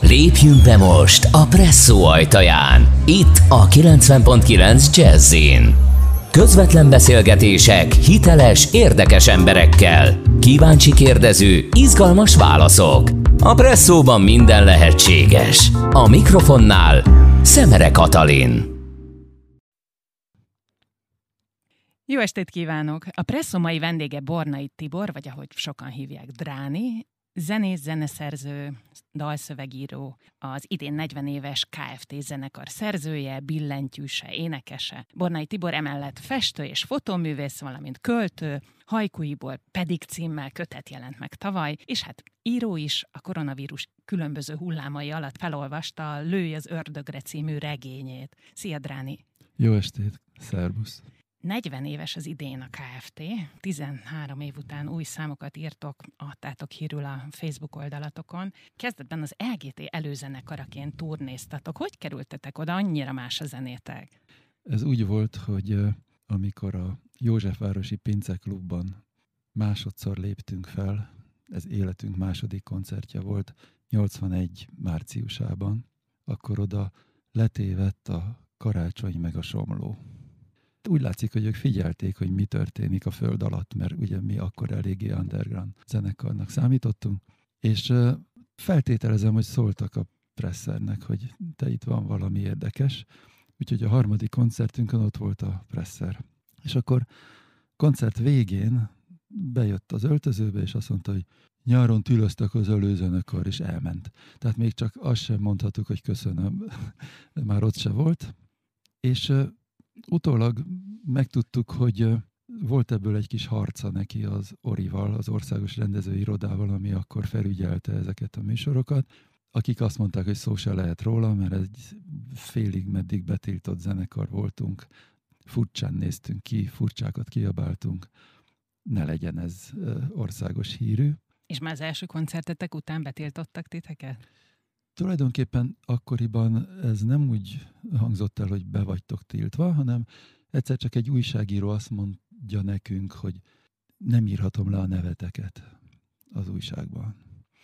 Lépjünk be most a Presszó ajtaján. Itt a 90.9 Jazzin. Közvetlen beszélgetések hiteles, érdekes emberekkel. Kíváncsi kérdező, izgalmas válaszok. A Presszóban minden lehetséges. A mikrofonnál Szemere Katalin. Jó estét kívánok! A Presszó mai vendége Bornai Tibor, vagy ahogy sokan hívják, Dráni, zenész, zeneszerző, dalszövegíró, az idén 40 éves Kft. Zenekar szerzője, billentyűse, énekese. Bornai Tibor emellett festő és fotóművész, valamint költő, Hajkuiból pedig címmel kötet jelent meg tavaly, és hát író is, a koronavírus különböző hullámai alatt felolvasta a Lőj az ördögre című regényét. Szia, Dráni! Jó estét! Szerbusz! 40 éves az idén a Kft. 13 év után új számokat írtok, adtátok hírül a Facebook oldalatokon. Kezdetben az LGT előzenekaraként turnéztatok. Hogy kerültetek oda? Annyira más a zenétek. Ez úgy volt, hogy amikor a Józsefvárosi Pinceklubban másodszor léptünk fel, ez életünk második koncertje volt, 81 márciusában, akkor oda letévedt a Karácsony meg a Somló. Úgy látszik, hogy ők figyelték, hogy mi történik a föld alatt, mert ugye mi akkor eléggé underground zenekarnak számítottunk, és feltételezem, hogy szóltak a Presszernek, hogy te itt van valami érdekes, úgyhogy a harmadik koncertünkön ott volt a Presser. És akkor koncert végén bejött az öltözőbe, és azt mondta, hogy nyáron tülöztek az előzenekar, és elment. Tehát még csak azt sem mondhattuk, hogy köszönöm, már ott se volt. És utólag megtudtuk, hogy volt ebből egy kis harca neki az Orival, az Országos Rendezőirodával, ami akkor felügyelte ezeket a műsorokat, akik azt mondták, hogy szó se lehet róla, mert egy félig meddig betiltott zenekar voltunk, furcsán néztünk ki, furcsákat kiabáltunk, ne legyen ez országos hírű. És már az első koncertetek után betiltottak titeket? Tulajdonképpen akkoriban ez nem úgy hangzott el, hogy be vagytok tiltva, hanem egyszer csak egy újságíró azt mondja nekünk, hogy nem írhatom le a neveteket az újságban.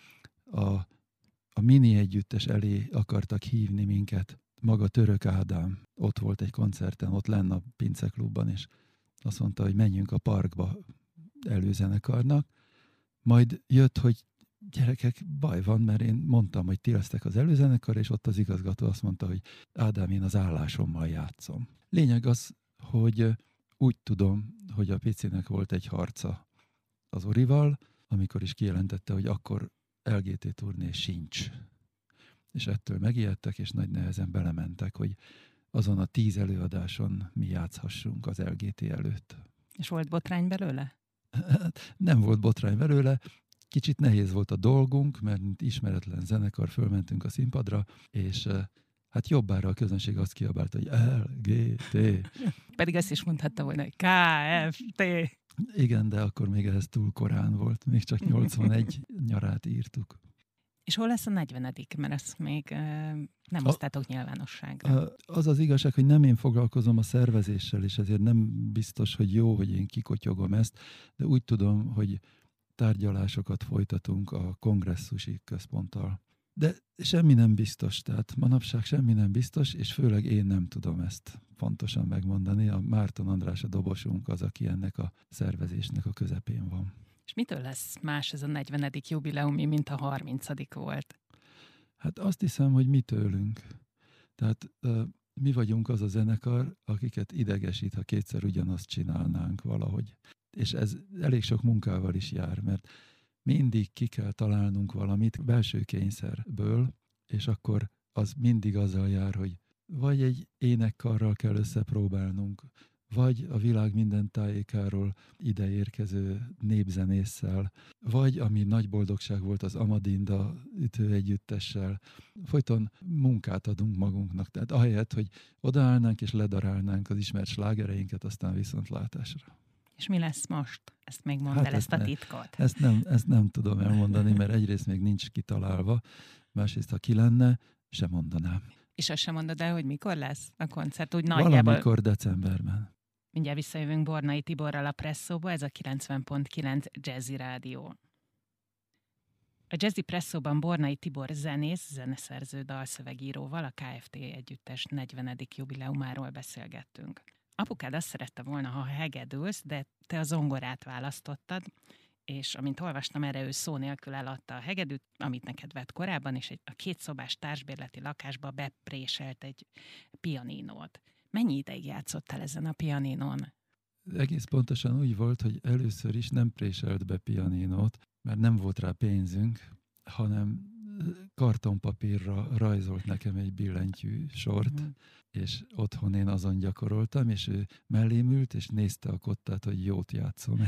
A mini együttes elé akartak hívni minket. Maga Török Ádám ott volt egy koncerten, ott lenne a Pinceklubban, és azt mondta, hogy menjünk a parkba előzenekarnak. Majd jött, hogy gyerekek, baj van, mert én mondtam, hogy ti lesztek az előzenekar, és ott az igazgató azt mondta, hogy Ádám, én az állásommal játszom. Lényeg az, hogy úgy tudom, hogy a Picinek volt egy harca az Orival, amikor is kijelentette, hogy akkor LGT turné sincs. És ettől megijedtek, és nagy nehezen belementek, hogy azon a 10 előadáson mi játszhassunk az LGT előtt. És volt botrány belőle? Nem volt botrány belőle. Kicsit nehéz volt a dolgunk, mert ismeretlen zenekar fölmentünk a színpadra, és hát jobbára a közönség azt kiabált, hogy LGT. Pedig azt is mondhatta volna, hogy KFT. Igen, de akkor még ez túl korán volt. Még csak 81 nyarát írtuk. És hol lesz a 40. Mert ezt még nem hoztátok nyilvánosságra. Az az igazság, hogy nem én foglalkozom a szervezéssel, és ezért nem biztos, hogy jó, hogy én kikotyogom ezt, de úgy tudom, hogy tárgyalásokat folytatunk a kongresszusi központtal. De semmi nem biztos, tehát manapság semmi nem biztos, és főleg én nem tudom ezt pontosan megmondani. A Márton András, a dobosunk az, aki ennek a szervezésnek a közepén van. És mitől lesz más ez a 40. jubileumi, mint a 30. volt? Hát azt hiszem, hogy mi tőlünk. Tehát mi vagyunk az a zenekar, akiket idegesít, ha kétszer ugyanazt csinálnánk valahogy. És ez elég sok munkával is jár, mert mindig ki kell találnunk valamit belső kényszerből, és akkor az mindig azzal jár, hogy vagy egy énekkarral kell összepróbálnunk, vagy a világ minden tájékáról ideérkező népzenésszel, vagy ami nagy boldogság volt az Amadinda ütőegyüttessel. Folyton munkát adunk magunknak. Tehát ahelyett, hogy odaállnánk és ledarálnánk az ismert slágereinket, aztán viszontlátásra. És mi lesz most? Ezt még mondd el, ezt a titkot. Ezt nem tudom elmondani, mert egyrészt még nincs kitalálva, másrészt, ha ki lenne, sem mondanám. És azt sem mondod el, hogy mikor lesz a koncert? Úgy nagyjából... Valamikor decemberben. Mindjárt visszajövünk Bornai Tiborral a Presszóba, ez a 90.9 Jazzy Rádió. A Jazzy Presszóban Bornai Tibor zenész, zeneszerző, dalszövegíróval a KFT együttes 40. jubileumáról beszélgettünk. Apukád azt szerette volna, ha hegedülsz, de te a zongorát választottad, és amint olvastam, erre ő szó nélkül eladta a hegedűt, amit neked vett korábban, és a 2 szobás társbérleti lakásba bepréselt egy pianinót. Mennyi ideig játszottál ezen a pianinón? Egész pontosan úgy volt, hogy először is nem préselt be pianinót, mert nem volt rá pénzünk, hanem kartonpapírra rajzolt nekem egy billentyű sort, és otthon én azon gyakoroltam, és ő mellém ült, és nézte a kottát, hogy jót játszom.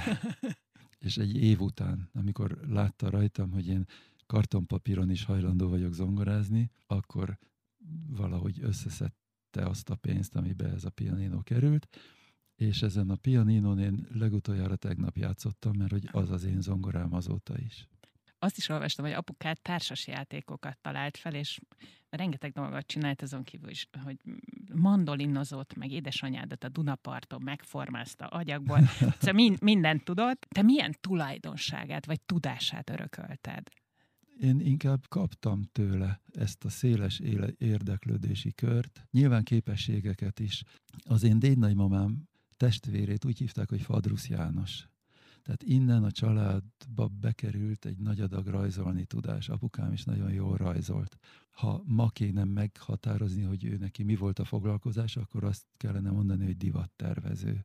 És egy év után, amikor látta rajtam, hogy én kartonpapíron is hajlandó vagyok zongorázni, akkor valahogy összeszedte azt a pénzt, amibe ez a pianino került, és ezen a pianinon én legutoljára tegnap játszottam, mert hogy az az én zongorám azóta is. Azt is olvastam, hogy apukád társas játékokat talált fel, és rengeteg dolgot csinált azon kívül is, hogy mandolinozott, meg édesanyádat a Dunaparton megformázta agyagból. Szóval mindent tudott. Te milyen tulajdonságát vagy tudását örökölted? Én inkább kaptam tőle ezt a széles érdeklődési kört, nyilván képességeket is. Az én dédnagymamám testvérét úgy hívták, hogy Fadrusz János. Tehát innen a családba bekerült egy nagy adag rajzolni tudás. Apukám is nagyon jól rajzolt. Ha ma kéne meghatározni, hogy ő neki mi volt a foglalkozása, akkor azt kellene mondani, hogy divattervező.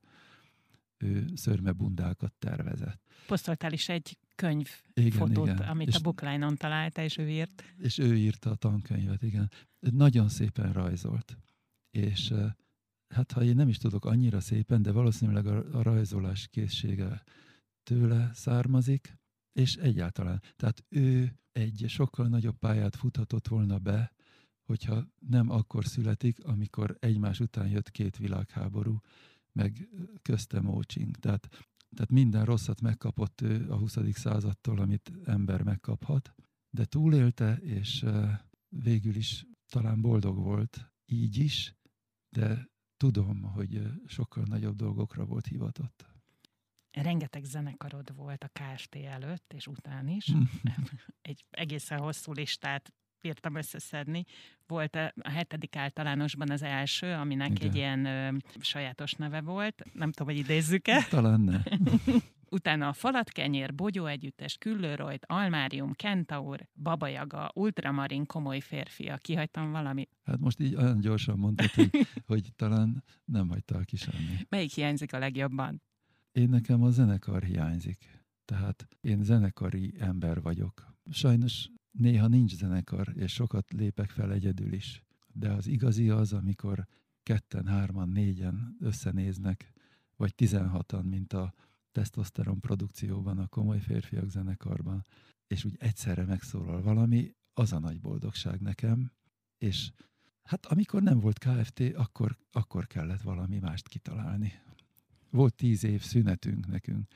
Ő szörmebundákat tervezett. Posztoltál is egy könyvfotót, amit és a Bookline-on találta, és ő írt. És ő írta a tankönyvet, igen. Nagyon szépen rajzolt. És hát ha én nem is tudok annyira szépen, de valószínűleg a rajzolás készsége tőle származik, és egyáltalán. Tehát ő egy sokkal nagyobb pályát futhatott volna be, hogyha nem akkor születik, amikor egymás után jött 2 világháború, meg közte Mócsing. Tehát minden rosszat megkapott ő a 20. századtól, amit ember megkaphat, de túlélte, és végül is talán boldog volt így is, de tudom, hogy sokkal nagyobb dolgokra volt hivatott. Rengeteg zenekarod volt a KFT előtt és után is. Egy egészen hosszú listát bírtam összeszedni. Volt a 7. általánosban az első, aminek igen, egy ilyen sajátos neve volt. Nem tudom, hogy idézzük-e. Talán ne. Utána a Falatkenyér, Bogyó Együttes, Küllőrojt, Almárium, Kentaur, Baba Yaga, Ultramarin, Komoly férfiak. Kihagytam valami? Hát most így olyan gyorsan mondtad, hogy talán nem hagytál ki semmi. Melyik hiányzik a legjobban? Nekem a zenekar hiányzik. Tehát én zenekari ember vagyok. Sajnos néha nincs zenekar, és sokat lépek fel egyedül is. De az igazi az, amikor 2-en, 3-an, 4-en összenéznek, vagy 16-an, mint a Tesztoszteron produkcióban, a Komoly férfiak zenekarban, és úgy egyszerre megszólal valami, az a nagy boldogság nekem. És hát amikor nem volt KFT, akkor kellett valami mást kitalálni. Volt 10 év szünetünk nekünk.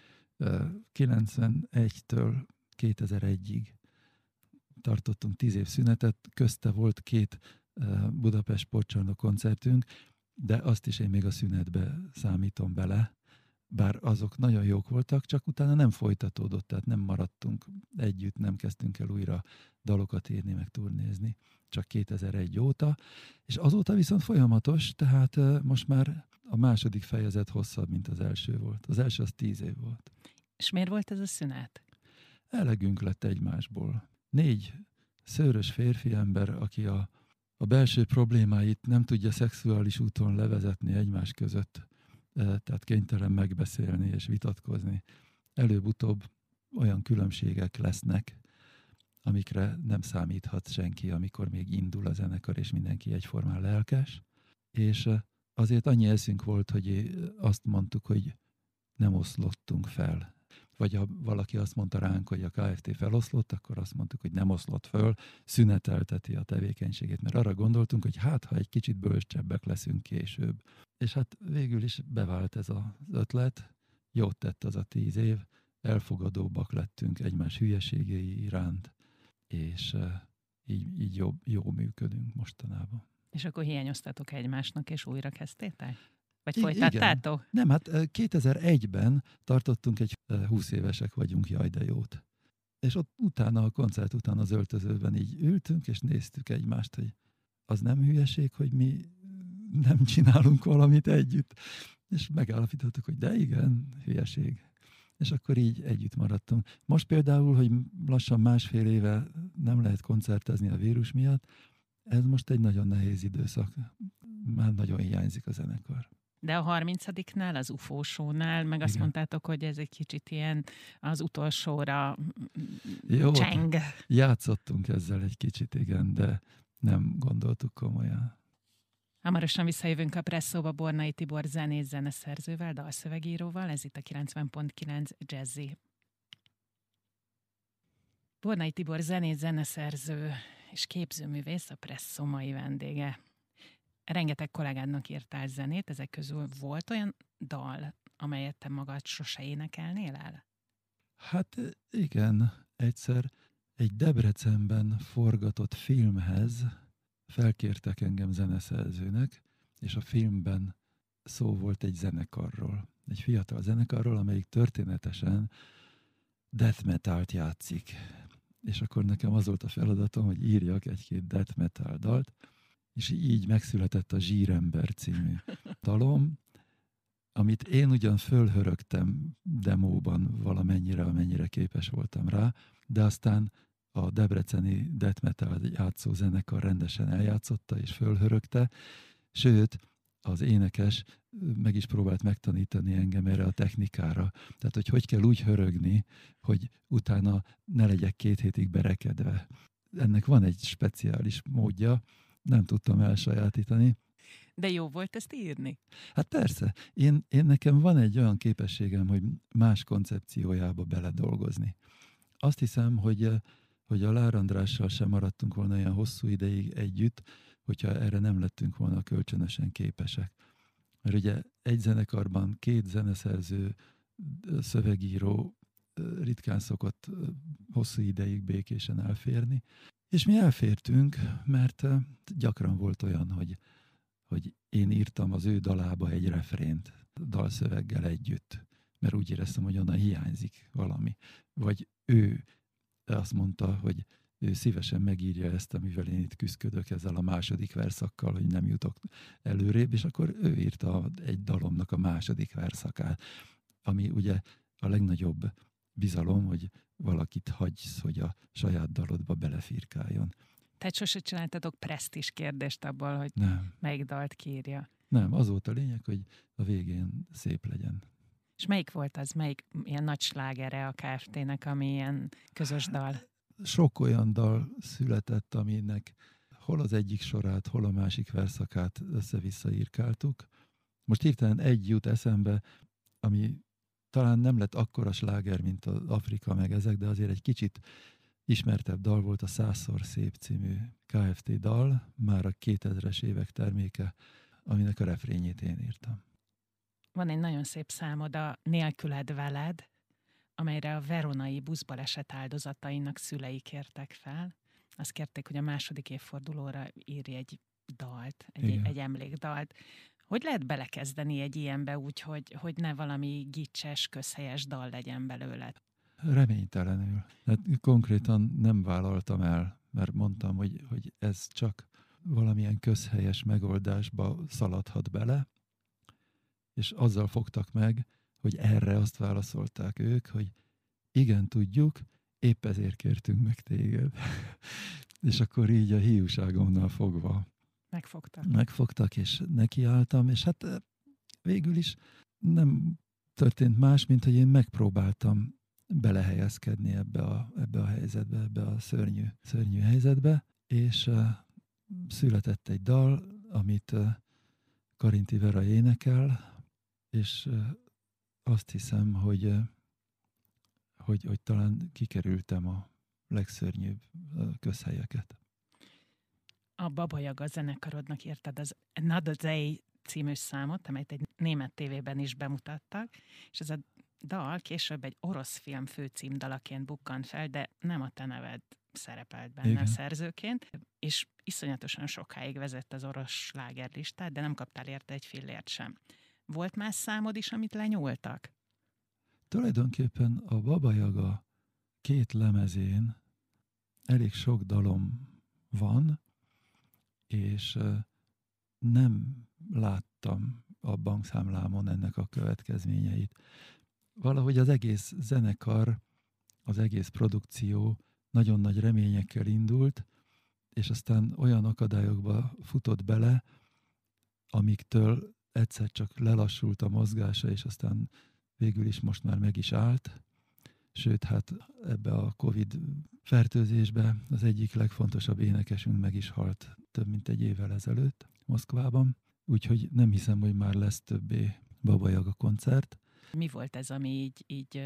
91-től 2001-ig tartottunk 10 év szünetet, közte volt 2 Budapest Sportcsarnok koncertünk, de azt is én még a szünetbe számítom bele, bár azok nagyon jók voltak, csak utána nem folytatódott, tehát nem maradtunk együtt, nem kezdtünk el újra dalokat írni, meg turnézni, csak 2001 óta, és azóta viszont folyamatos, tehát most már a második fejezet hosszabb, mint az első volt. Az első az 10 év volt. És miért volt ez a szünet? Elegünk lett egymásból. 4 szőrös férfi ember, aki a belső problémáit nem tudja szexuális úton levezetni egymás között, tehát kénytelen megbeszélni és vitatkozni. Előbb-utóbb olyan különbségek lesznek, amikre nem számíthat senki, amikor még indul a zenekar, és mindenki egyformán lelkes. És azért annyi eszünk volt, hogy azt mondtuk, hogy nem oszlottunk fel. Vagy ha valaki azt mondta ránk, hogy a KFT feloszlott, akkor azt mondtuk, hogy nem oszlott föl, szünetelteti a tevékenységét, mert arra gondoltunk, hogy hát, ha egy kicsit bölcsebbek leszünk később. És hát végül is bevált ez az ötlet, jót tett az a 10 év, elfogadóbbak lettünk egymás hülyeségei iránt, és így jó működünk mostanában. És akkor hiányoztatok egymásnak, és újra kezdtétek? Vagy folytattátok? Nem, hát 2001-ben tartottunk egy 20 évesek vagyunk, jaj de jót. És ott utána, a koncert után az öltözőben így ültünk, és néztük egymást, hogy az nem hülyeség, hogy mi nem csinálunk valamit együtt. És megállapítottuk, hogy de igen, hülyeség. És akkor így együtt maradtunk. Most például, hogy lassan 1,5 éve nem lehet koncertezni a vírus miatt, ez most egy nagyon nehéz időszak. Már nagyon hiányzik a zenekar. De a 30-nál, az UFO shownál, meg azt mondtátok, hogy ez egy kicsit ilyen az utolsóra cseng. Játszottunk ezzel egy kicsit, igen, de nem gondoltuk komolyan. Hamarosan visszajövünk a Presszóba Bornai Tibor zenész zeneszerzővel, dalszövegíróval, ez itt a 90.9 Jazzy. Bornai Tibor zenész zeneszerző és képzőművész, a Presszó mai vendége. Rengeteg kollégádnak írtál zenét, ezek közül volt olyan dal, amelyet te magad sose énekelnél el? Hát igen, egyszer egy Debrecenben forgatott filmhez felkértek engem zeneszerzőnek, és a filmben szó volt egy zenekarról. Egy fiatal zenekarról, amelyik történetesen death metalt játszik. És akkor nekem az volt a feladatom, hogy írjak egy-két death metal dalt, és így megszületett a Zsírember című dalom, amit én ugyan fölhörögtem demóban valamennyire, amennyire képes voltam rá, de aztán a debreceni death metal játszó zenekar rendesen eljátszotta és fölhörögte, sőt, az énekes meg is próbált megtanítani engem erre a technikára. Tehát, hogy kell úgy hörögni, hogy utána ne legyek 2 hétig berekedve. Ennek van egy speciális módja, nem tudtam elsajátítani. De jó volt ezt írni? Hát persze. Én nekem van egy olyan képességem, hogy más koncepciójába beledolgozni. Azt hiszem, hogy a Lár Andrással sem maradtunk volna olyan hosszú ideig együtt, hogyha erre nem lettünk volna kölcsönösen képesek. Mert ugye egy zenekarban 2 zeneszerző, szövegíró ritkán szokott hosszú ideig békésen elférni. És mi elfértünk, mert gyakran volt olyan, hogy én írtam az ő dalába egy refrént dalszöveggel együtt, mert úgy éreztem, hogy onnan hiányzik valami. Vagy ő azt mondta, hogy ő szívesen megírja ezt, amivel én itt küzdködök ezzel a második verszakkal, hogy nem jutok előrébb, és akkor ő írta egy dalomnak a második verszakát, ami ugye a legnagyobb bizalom, hogy valakit hagysz, hogy a saját dalodba belefirkáljon. Tehát sose csináltatok presztízs kérdést abból, hogy melyik dalt kiírja? Nem, az volt a lényeg, hogy a végén szép legyen. És melyik volt az, melyik ilyen nagy slágere a Kft-nek, ami ilyen közös dal? Sok olyan dal született, aminek hol az egyik sorát, hol a másik verszakát össze-vissza írkáltuk. Most hirtelen egy jut eszembe, ami talán nem lett akkora sláger, mint az Afrika meg ezek, de azért egy kicsit ismertebb dal volt, a 100-szor szép című Kft. Dal, már a 2000-es évek terméke, aminek a refrényét én írtam. Van egy nagyon szép számod, a Nélküled veled, amelyre a veronai buszbaleset áldozatainak szülei kértek fel. Azt kérték, hogy a 2. évfordulóra írj egy dalt, egy emlékdalt. Hogy lehet belekezdeni egy ilyenbe úgy, hogy ne valami gicses, közhelyes dal legyen belőle? Reménytelenül. Hát konkrétan nem vállaltam el, mert mondtam, hogy ez csak valamilyen közhelyes megoldásba szaladhat bele, és azzal fogtak meg, hogy erre azt válaszolták ők, hogy igen, tudjuk, épp ezért kértünk meg téged. És akkor így a hiúságomnál fogva megfogtak, és nekiálltam, és hát végül is nem történt más, mint hogy én megpróbáltam belehelyezkedni ebbe a helyzetbe, ebbe a szörnyű helyzetbe, és született egy dal, amit Karinti Vera énekel, és azt hiszem, hogy talán kikerültem a legszörnyűbb közhelyeket. A Baba Yaga zenekarodnak írtad az Another Day című számot, amelyet egy német tévében is bemutattak, és ez a dal később egy orosz film főcímdalaként bukkant fel, de nem a te neved szerepelt benne szerzőként, és iszonyatosan sokáig vezette az orosz slágerlistát, de nem kaptál érte egy fillért sem. Volt más számod is, amit lenyúltak? Tulajdonképpen a Baba Yaga 2 lemezén elég sok dalom van, és nem láttam a bankszámlámon ennek a következményeit. Valahogy az egész zenekar, az egész produkció nagyon nagy reményekkel indult, és aztán olyan akadályokba futott bele, amiktől egyszer csak lelassult a mozgása, és aztán végül is most már meg is állt. Sőt, hát ebbe a Covid fertőzésbe az egyik legfontosabb énekesünk meg is halt több mint 1 évvel ezelőtt Moszkvában. Úgyhogy nem hiszem, hogy már lesz többé Baba Yaga koncert. Mi volt ez, ami így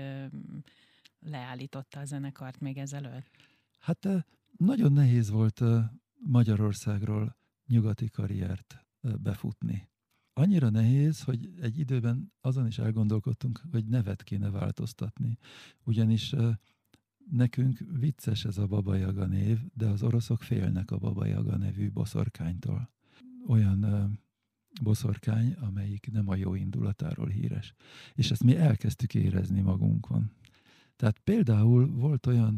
leállította a zenekart még ezelőtt? Hát nagyon nehéz volt Magyarországról nyugati karriert befutni. Annyira nehéz, hogy egy időben azon is elgondolkodtunk, hogy nevet kéne változtatni. Ugyanis nekünk vicces ez a Baba Yaga név, de az oroszok félnek a Baba Yaga nevű boszorkánytól. Olyan boszorkány, amelyik nem a jó indulatáról híres. És ezt mi elkezdtük érezni magunkon. Tehát például volt olyan,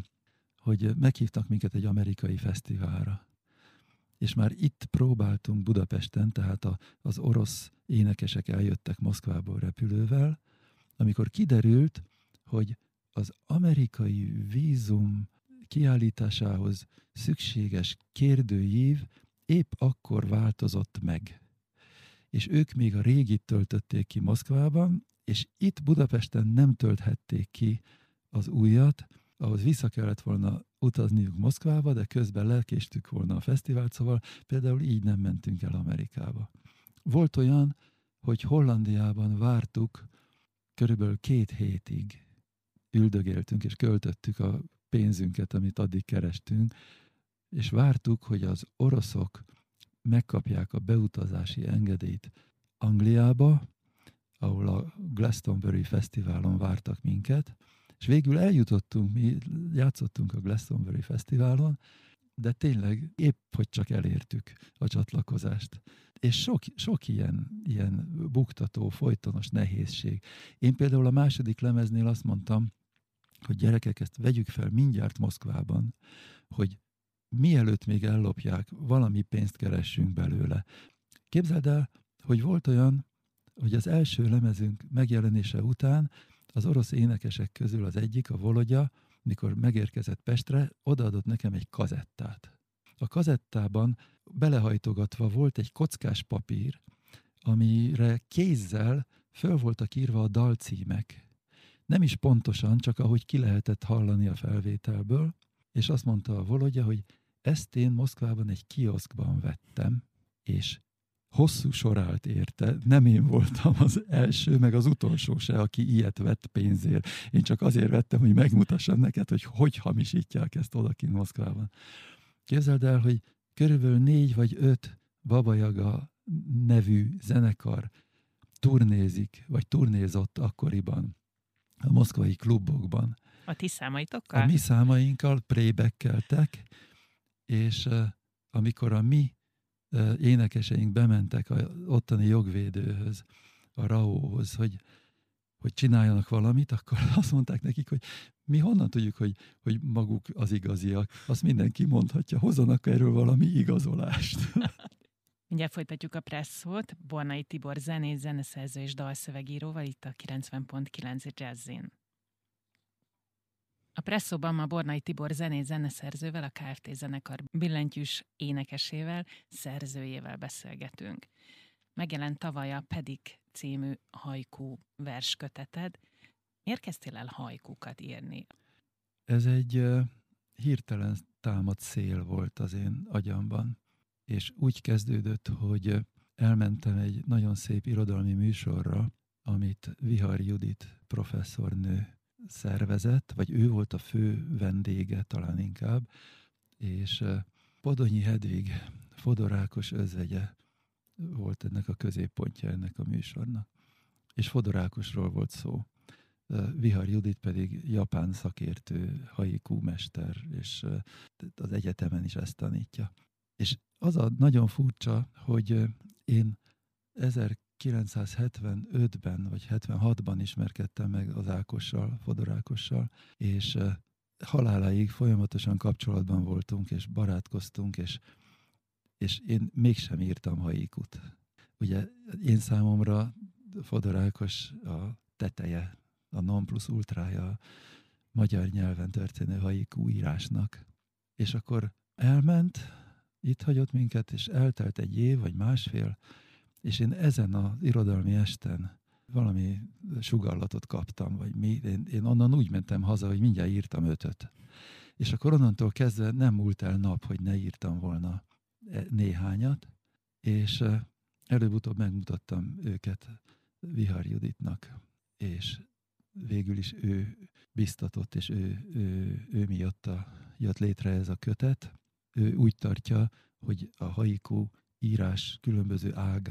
hogy meghívtak minket egy amerikai fesztiválra. És már itt próbáltunk Budapesten, tehát az orosz énekesek eljöttek Moszkvából repülővel, amikor kiderült, hogy az amerikai vízum kiállításához szükséges kérdőív épp akkor változott meg. És ők még a régit töltötték ki Moszkvában, és itt Budapesten nem tölthették ki az újat, ahhoz vissza kellett volna utazniuk Moszkvába, de közben lekéstük volna a fesztivált, szóval például így nem mentünk el Amerikába. Volt olyan, hogy Hollandiában vártuk, körülbelül 2 hétig üldögéltünk, és költöttük a pénzünket, amit addig kerestünk, és vártuk, hogy az oroszok megkapják a beutazási engedélyt Angliába, ahol a Glastonbury Fesztiválon vártak minket, és végül eljutottunk, mi játszottunk a Glastonbury Fesztiválon, de tényleg épp, hogy csak elértük a csatlakozást. És sok ilyen buktató, folytonos nehézség. Én például a második lemeznél azt mondtam, hogy gyerekek, ezt vegyük fel mindjárt Moszkvában, hogy mielőtt még ellopják, valami pénzt keressünk belőle. Képzeld el, hogy volt olyan, hogy az első lemezünk megjelenése után az orosz énekesek közül az egyik, a Volodya, mikor megérkezett Pestre, odaadott nekem egy kazettát. A kazettában belehajtogatva volt egy kockás papír, amire kézzel föl voltak írva a dalcímek. Nem is pontosan, csak ahogy ki lehetett hallani a felvételből, és azt mondta a Volodya, hogy ezt én Moszkvában egy kioszkban vettem, és hosszú sor állt érte, nem én voltam az első, meg az utolsó se, aki ilyet vett pénzért. Én csak azért vettem, hogy megmutassam neked, hogy hamisítják ezt odakint Moszkvában. Képzeld el, hogy körülbelül 4 vagy 5 Baba Yaga nevű zenekar turnézik, vagy turnézott akkoriban a moszkvai klubokban. A ti számaitokkal? A mi számainkkal prébekeltek, és amikor a mi énekeseink bementek az ottani jogvédőhöz, a RAO-hoz, hogy csináljanak valamit, akkor azt mondták nekik, hogy mi honnan tudjuk, hogy maguk az igaziak. Azt mindenki mondhatja, hozzanak erről valami igazolást. Mindjárt folytatjuk a presszót. Bornai Tibor zenész, zeneszerző és dalszövegíróval itt a 90.9 Jazzin. A presszóban ma Bornai Tibor zenész zeneszerzővel, a Kft. Zenekar billentyűs énekesével, szerzőjével beszélgetünk. Megjelent tavaly a Pedik című haiku versköteted. Miért kezdtél el haikukat írni? Ez egy hirtelen támadt szél volt az én agyamban, és úgy kezdődött, hogy elmentem egy nagyon szép irodalmi műsorra, amit Vihar Judit professzornő szervezett, vagy ő volt a fő vendége talán inkább, és Podonyi Hedvig, Fodor Ákos özvegye volt ennek a középpontja ennek a műsornak. És Fodor Ákosról volt szó. Vihar Judit pedig japán szakértő, haiku mester, és az egyetemen is ezt tanítja. És az a nagyon furcsa, hogy én 1975-ben vagy 76-ban ismerkedtem meg az Ákossal, Fodor Ákossal, és haláláig folyamatosan kapcsolatban voltunk, és barátkoztunk, és én mégsem írtam haikut. Ugye én számomra Fodor Ákos a teteje, a non plus ultrája a magyar nyelven történő haiku írásnak. És akkor elment, itt hagyott minket, és eltelt egy év, vagy másfél, és én ezen az irodalmi esten valami sugallatot kaptam, vagy mi. Én onnan úgy mentem haza, hogy mindjárt írtam 5-öt. És akkor onnantól kezdve nem múlt el nap, hogy ne írtam volna néhányat, és előbb-utóbb megmutattam őket Vihar Juditnak, és végül is ő biztatott, és ő miatt jött létre ez a kötet. Ő úgy tartja, hogy a haiku írás különböző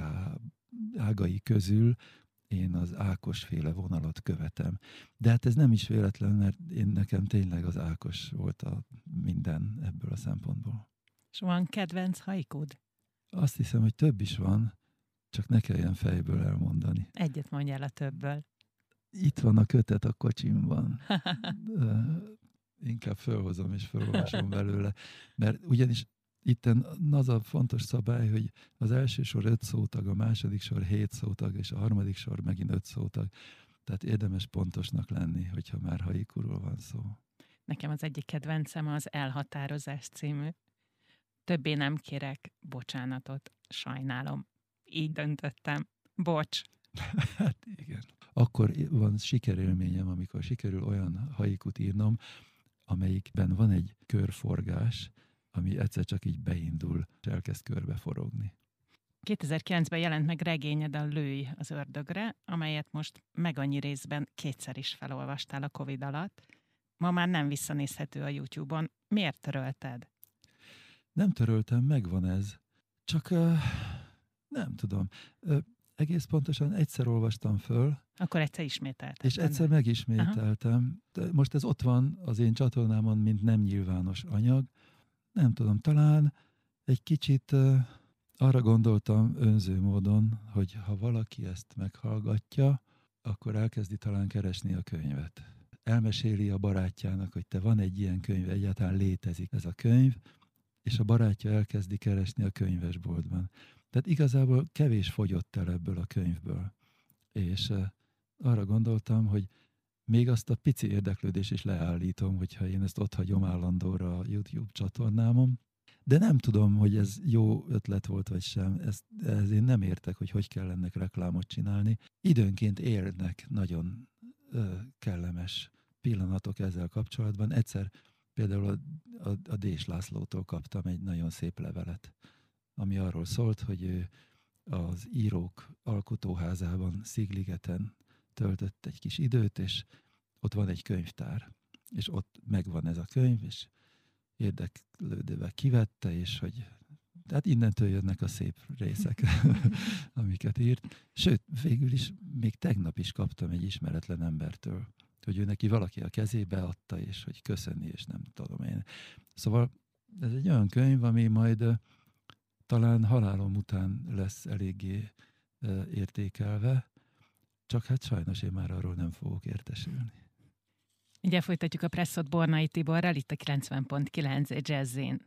ágai közül én az Ákos-féle vonalat követem. De hát ez nem is véletlen, mert nekem tényleg az Ákos volt a minden ebből a szempontból. És van kedvenc haikud? Azt hiszem, hogy több is van, csak ne kelljen fejből elmondani. Egyet mondjál a többből. Itt van a kötet a kocsimban. Inkább fölhozom és felolvasom belőle. Mert ugyanis itten az a fontos szabály, hogy az első sor 5 szótag, a második sor 7 szótag, és a harmadik sor megint 5 szótag. Tehát érdemes pontosnak lenni, hogyha már haikuról van szó. Nekem az egyik kedvencem az Elhatározás című. Többé nem kérek bocsánatot, sajnálom. Így döntöttem. Bocs. Hát igen. Akkor van sikerélményem, amikor sikerül olyan haikut írnom, amelyikben van egy körforgás, ami egyszer csak így beindul, és elkezd körbeforogni. 2009-ben jelent meg regényed, a Lőj az ördögre, amelyet most meg annyi részben 2-szer is felolvastál a Covid alatt. Ma már nem visszanézhető a YouTube-on. Miért törölted? Nem töröltem, megvan ez. Csak nem tudom. Egész pontosan egyszer olvastam föl. Akkor egyszer ismételtem. És egyszer megismételtem. Aha. Most ez ott van az én csatornámon, mint nem nyilvános anyag. Nem tudom, talán egy kicsit arra gondoltam önző módon, hogy ha valaki ezt meghallgatja, akkor elkezdi talán keresni a könyvet. Elmeséli a barátjának, hogy te van egy ilyen könyv, egyáltalán létezik ez a könyv, és a barátja elkezdi keresni a könyvesboltban. Tehát igazából kevés fogyott el ebből a könyvből. És arra gondoltam, hogy még azt a pici érdeklődést is leállítom, hogyha én ezt ott hagyom állandóra a YouTube csatornámon. De nem tudom, hogy ez jó ötlet volt, vagy sem. Ez én nem értek, hogy kell ennek reklámot csinálni. Időnként érnek nagyon kellemes pillanatok ezzel kapcsolatban. Egyszer például a Dés Lászlótól kaptam egy nagyon szép levelet, ami arról szólt, hogy ő az írók alkotóházában Szigligeten töltött egy kis időt, és ott van egy könyvtár, és ott megvan ez a könyv, és érdeklődővel kivette, és hogy tehát innentől jönnek a szép részek, amiket írt. Sőt, végül is még tegnap is kaptam egy ismeretlen embertől, hogy ő neki valaki a kezébe adta, és hogy köszönni, és nem tudom én. Szóval ez egy olyan könyv, ami majd talán halálom után lesz eléggé értékelve, csak hát sajnos én már arról nem fogok értesülni. Ugye folytatjuk a Presszót Bornai Tiborral, itt a 90.9 Jazzin.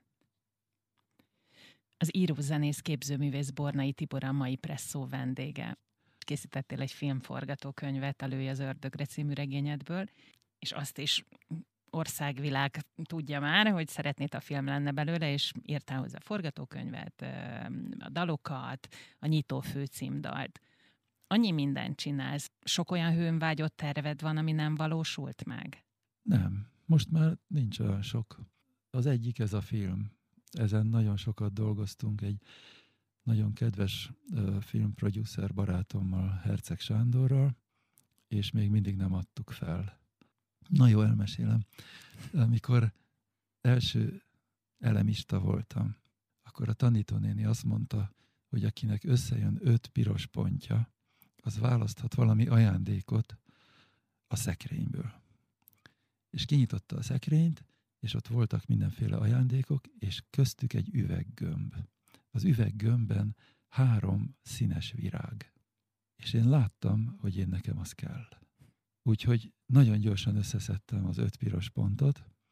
Az író-zenész képzőművész Bornai Tibor a mai Presszó vendége. Készítettél egy filmforgatókönyvet, a Lőj az ördögre című regényedből, és azt is országvilág tudja már, hogy szeretnéd, a film lenne belőle, és írtál hozzá a forgatókönyvet, a dalokat, a nyitó főcímdalt. Annyi mindent csinálsz. Sok olyan hőnvágyott terved van, ami nem valósult meg? Nem. Most már nincs olyan sok. Az egyik ez a film. Ezen nagyon sokat dolgoztunk egy nagyon kedves filmproducer barátommal, Herceg Sándorral, és még mindig nem adtuk fel. Na jó, elmesélem. Amikor első elemista voltam, akkor a tanítónéni azt mondta, hogy akinek összejön 5 piros pontja, az választhat valami ajándékot a szekrényből. És kinyitotta a szekrényt, és ott voltak mindenféle ajándékok, és köztük egy üveggömb. Az üveggömbben 3 színes virág. És én láttam, hogy nekem az kell. Úgyhogy nagyon gyorsan összeszedtem az 5 piros pontot,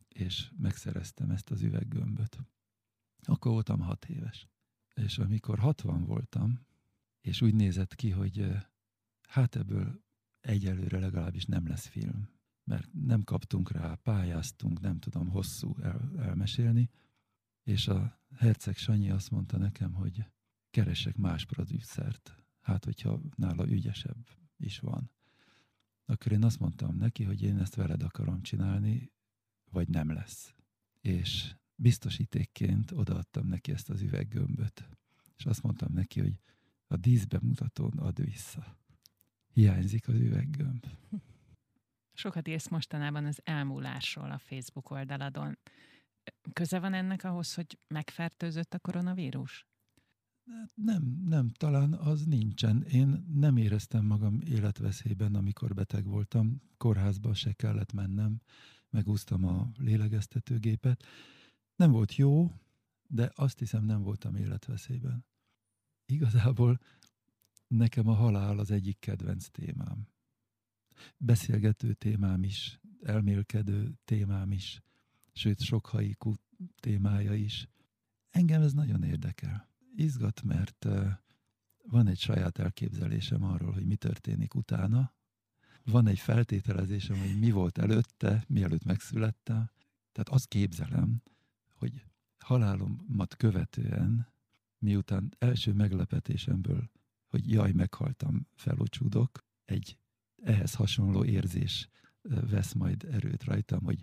és megszereztem ezt az üveggömböt. Akkor voltam 6 éves. És amikor 60 voltam, és úgy nézett ki, hogy hát ebből egyelőre legalábbis nem lesz film, mert nem kaptunk rá, pályáztunk, nem tudom hosszú elmesélni, és a Herceg Sanyi azt mondta nekem, hogy keressek más producert, hát hogyha nála ügyesebb is van. Akkor én azt mondtam neki, hogy én ezt veled akarom csinálni, vagy nem lesz. És biztosítékként odaadtam neki ezt az üveggömböt. És azt mondtam neki, hogy a díszbemutatón add vissza. Hiányzik az üveggömb. Sokat írsz mostanában az elmúlásról a Facebook oldaladon. Köze van ennek ahhoz, hogy megfertőzött a koronavírus? Nem, talán az nincsen. Én nem éreztem magam életveszélyben, amikor beteg voltam. Kórházba se kellett mennem, megúsztam a lélegeztetőgépet. Nem volt jó, de azt hiszem nem voltam életveszélyben. Igazából nekem a halál az egyik kedvenc témám. Beszélgető témám is, elmélkedő témám is, sőt sok haiku témája is. Engem ez nagyon érdekel. Izgat, mert van egy saját elképzelésem arról, hogy mi történik utána. Van egy feltételezésem, hogy mi volt előtte, mielőtt megszülettem. Tehát azt képzelem, hogy halálomat követően, miután első meglepetésemből, hogy jaj, meghaltam, felocsúdok, egy ehhez hasonló érzés vesz majd erőt rajtam, hogy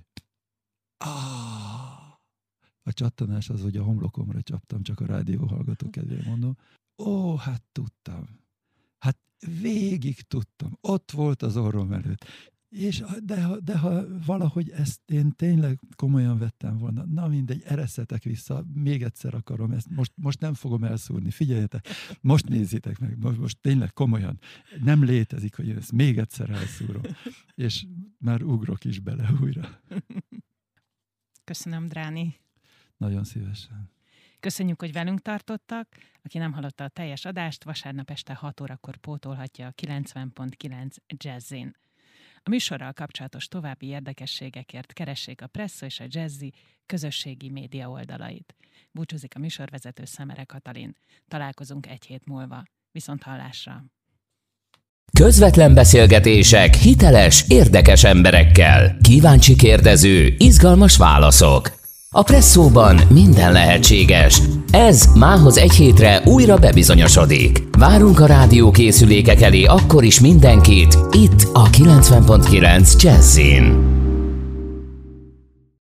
a csattanás az, hogy a homlokomra csaptam, csak a rádióhallgató kedvéért mondom. Hát tudtam. Hát végig tudtam. Ott volt az orrom előtt. És de ha valahogy ezt én tényleg komolyan vettem volna, na mindegy, ereszetek vissza, még egyszer akarom ezt, most nem fogom elszúrni, figyeljetek, most nézzétek meg, most tényleg komolyan, nem létezik, hogy én ezt még egyszer elszúrom, és már ugrok is bele újra. Köszönöm, Dráni. Nagyon szívesen. Köszönjük, hogy velünk tartottak. Aki nem hallotta a teljes adást, vasárnap este 6 órakor pótolhatja a 90.9 Jazzin. A műsorral kapcsolatos további érdekességekért keressék a Presso és a Jazzy közösségi média oldalait. Búcsúzik a műsorvezető Szemere Katalin. Találkozunk egy hét múlva. Viszonthallásra! Közvetlen beszélgetések hiteles, érdekes emberekkel. Kíváncsi kérdező, izgalmas válaszok. A Presszóban minden lehetséges. Ez mához egy hétre újra bebizonyosodik. Várunk a rádiókészülékek elé akkor is mindenkit, itt a 90.9 Jazzin.